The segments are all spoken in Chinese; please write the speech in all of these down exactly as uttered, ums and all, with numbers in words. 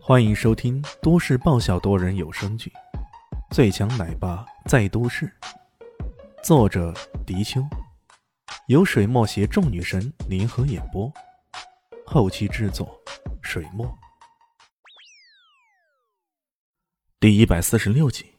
欢迎收听都市爆笑多人有声剧《最强奶爸在都市》，作者：迪秋，由水墨携众女神联合演播，后期制作：水墨。第一百四十六集。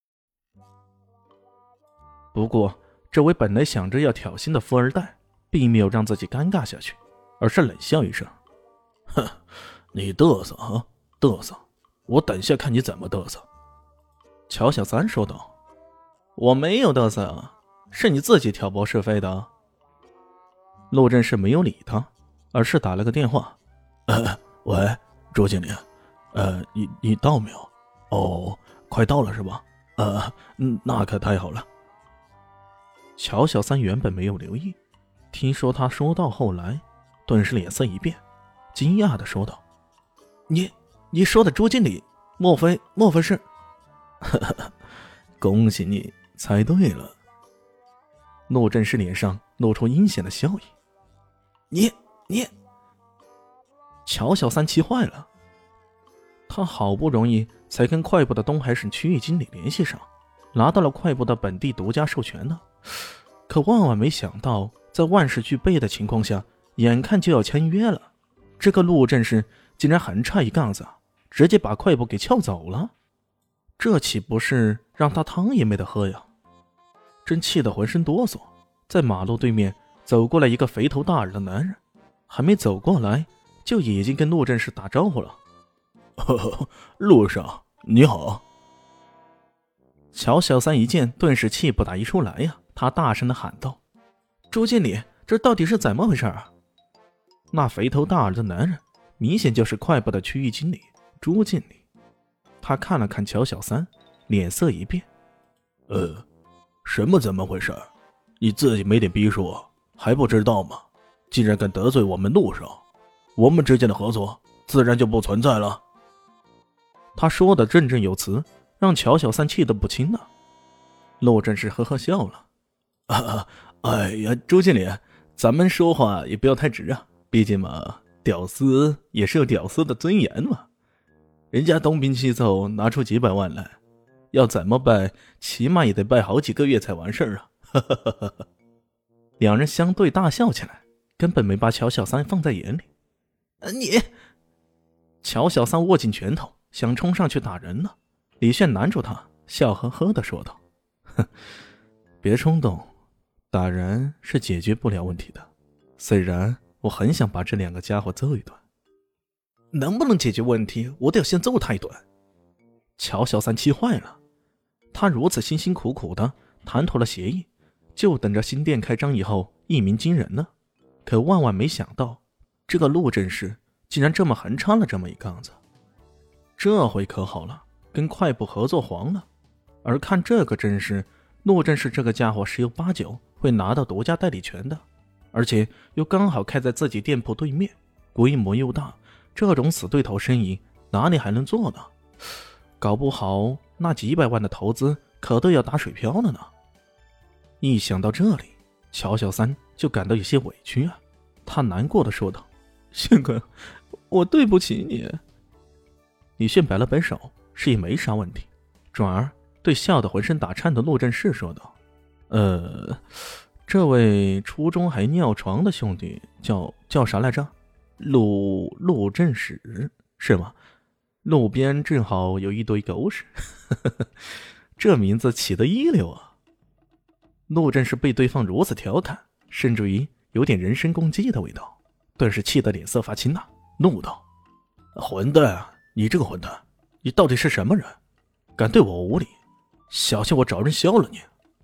不过，这位本来想着要挑衅的富二代，并没有让自己尴尬下去，而是冷笑一声：“ 哼，你嘚瑟啊！嘚瑟！我等下看你怎么嘚瑟。” 乔小三说道：“我没有嘚瑟啊，是你自己挑拨是非的。”陆振是没有理他，而是打了个电话：“ 呃，喂，周经理，呃，你你到没有？哦，快到了是吧？呃，那可太好了。” 乔小三原本没有留意，听说他说到后来，顿时脸色一变，惊讶地说道：“你你说的朱经理，莫非莫非是？” 呵呵，恭喜你猜对了。 陆振是脸上露出阴险的笑意。你你，乔小三气坏了。他好不容易才跟快部的东海省区域经理联系上，拿到了快部的本地独家授权的，可万万没想到，在万事俱备的情况下，眼看就要签约了，这个陆振是竟然横插一杠子，直接把快部给撬走了。这岂不是让他汤也没得喝呀？真气得浑身哆嗦。在马路对面走过来一个肥头大耳的男人，还没走过来，就已经跟陆振是打招呼了：“ 呵呵，陆少，你好。” 乔小三一见，顿时气不打一处来呀！他大声地喊道：“朱经理，这到底是怎么回事啊？”那肥头大耳的男人明显就是快部的区域经理朱经理。他看了看乔小三，脸色一变：“ 呃，什么怎么回事？你自己没点逼数还不知道吗？竟然敢得罪我们陆少，我们之间的合作自然就不存在了。” 他说的振振有词，让乔小三气得不轻呢。陆振是呵呵笑了：“ 啊，哎呀，朱经理，咱们说话也不要太直啊，毕竟嘛，屌丝也是有屌丝的尊严嘛。人家东拼西凑拿出几百万来，要怎么拜，起码也得拜好几个月才完事儿啊！” 两人相对大笑起来，根本没把乔小三放在眼里。 “你……” 乔小三握紧拳头，想冲上去打人呢。李炫拦住他，笑呵呵地说道：“哼，别冲动，打人是解决不了问题的。虽然我很想把这两个家伙揍一顿。”“能不能解决问题，我得要先揍他一顿。”乔小三气坏了。他如此辛辛苦苦的谈妥了协议，就等着新店开张以后一鸣惊人呢。可万万没想到，这个陆振士竟然这么横插了这么一杠子。这回可好了，跟快部合作黄了。而看这个阵势，陆振士这个家伙十有八九会拿到独家代理权的，而且又刚好开在自己店铺对面，规模又大，这种死对头生意哪里还能做呢？搞不好那几百万的投资可都要打水漂了呢。一想到这里，乔小三就感到有些委屈啊。他难过的说道：“炫哥，我对不起你。”李炫摆了摆手，示意没啥问题，转而对笑得浑身打颤的陆振士说道：“呃，这位初中还尿床的兄弟叫叫啥来着？陆陆振史是吗？路边正好有一堆狗屎，这名字起得一流啊！”陆振是被对方如此调侃，甚至于有点人身攻击的味道，顿时气得脸色发青啊，怒道：“ 混蛋，你这个混蛋，你到底是什么人？敢对我无礼，小心我找人削了你！”“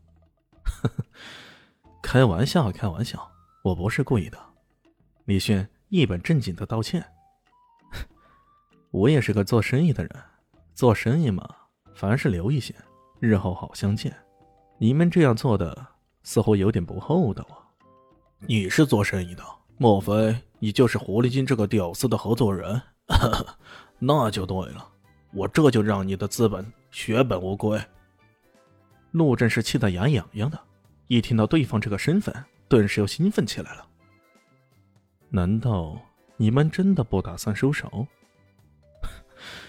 开玩笑，开玩笑，我不是故意的。”李炫一本正经的道歉。我也是个做生意的人，做生意嘛，凡事留一些，日后好相见。你们这样做的似乎有点不厚道啊。 你是做生意的，莫非你就是狐狸精这个屌丝的合作人？那就对了，我这就让你的资本血本无归。 陆振是气得牙痒痒的，一听到对方这个身份，顿时又兴奋起来了。难道你们真的不打算收手？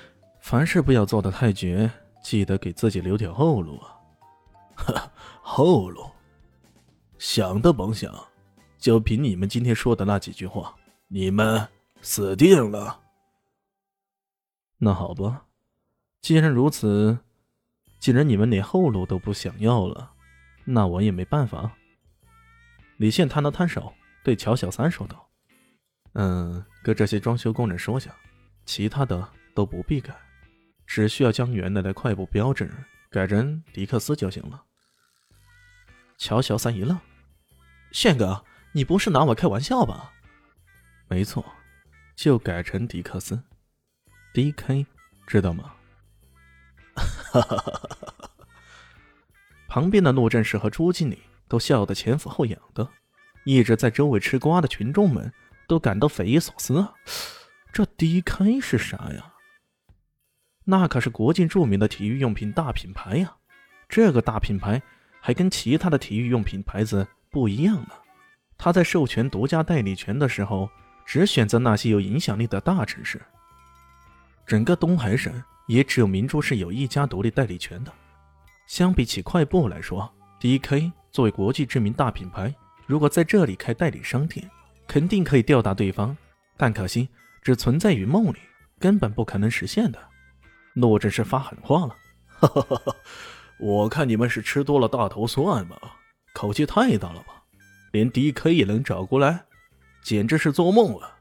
凡事不要做得太绝，记得给自己留条后路啊。 哈，后路？想都甭想，就凭你们今天说的那几句话，你们死定了。 那好吧，既然如此，既然你们连后路都不想要了，那我也没办法。李现摊了摊手，对乔小三说道：嗯，跟这些装修工人说下，其他的都不必改，只需要将原来的快步标志改成迪克斯就行了。乔小三一愣：宪哥，你不是拿我开玩笑吧？没错，就改成迪克斯 D K， 知道吗？ 哈哈哈哈！ 旁边的陆振士和朱经理都笑得前俯后仰的，一直在周围吃瓜的群众们都感到匪夷所思啊！这 D K 是啥呀？那可是国际著名的体育用品大品牌呀！这个大品牌还跟其他的体育用品牌子不一样呢。他在授权独家代理权的时候，只选择那些有影响力的大城市。整个东海省也只有明珠市有一家独立代理权的。相比起快步来说， D K 作为国际知名大品牌，如果在这里开代理商店，肯定可以吊打对方，但可惜只存在于梦里，根本不可能实现的。陆振士发狠话了： 哈哈哈哈，我看你们是吃多了大头蒜吧，口气太大了吧，连 D K 也能找过来，简直是做梦了。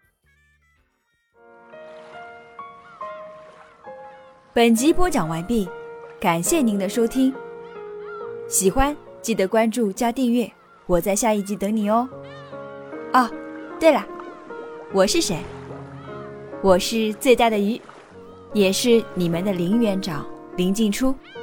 本集播讲完毕，感谢您的收听。喜欢记得关注加订阅，我在下一集等你哦。哦，对了，我是谁？我是最大的鱼，也是你们的林园长林静初。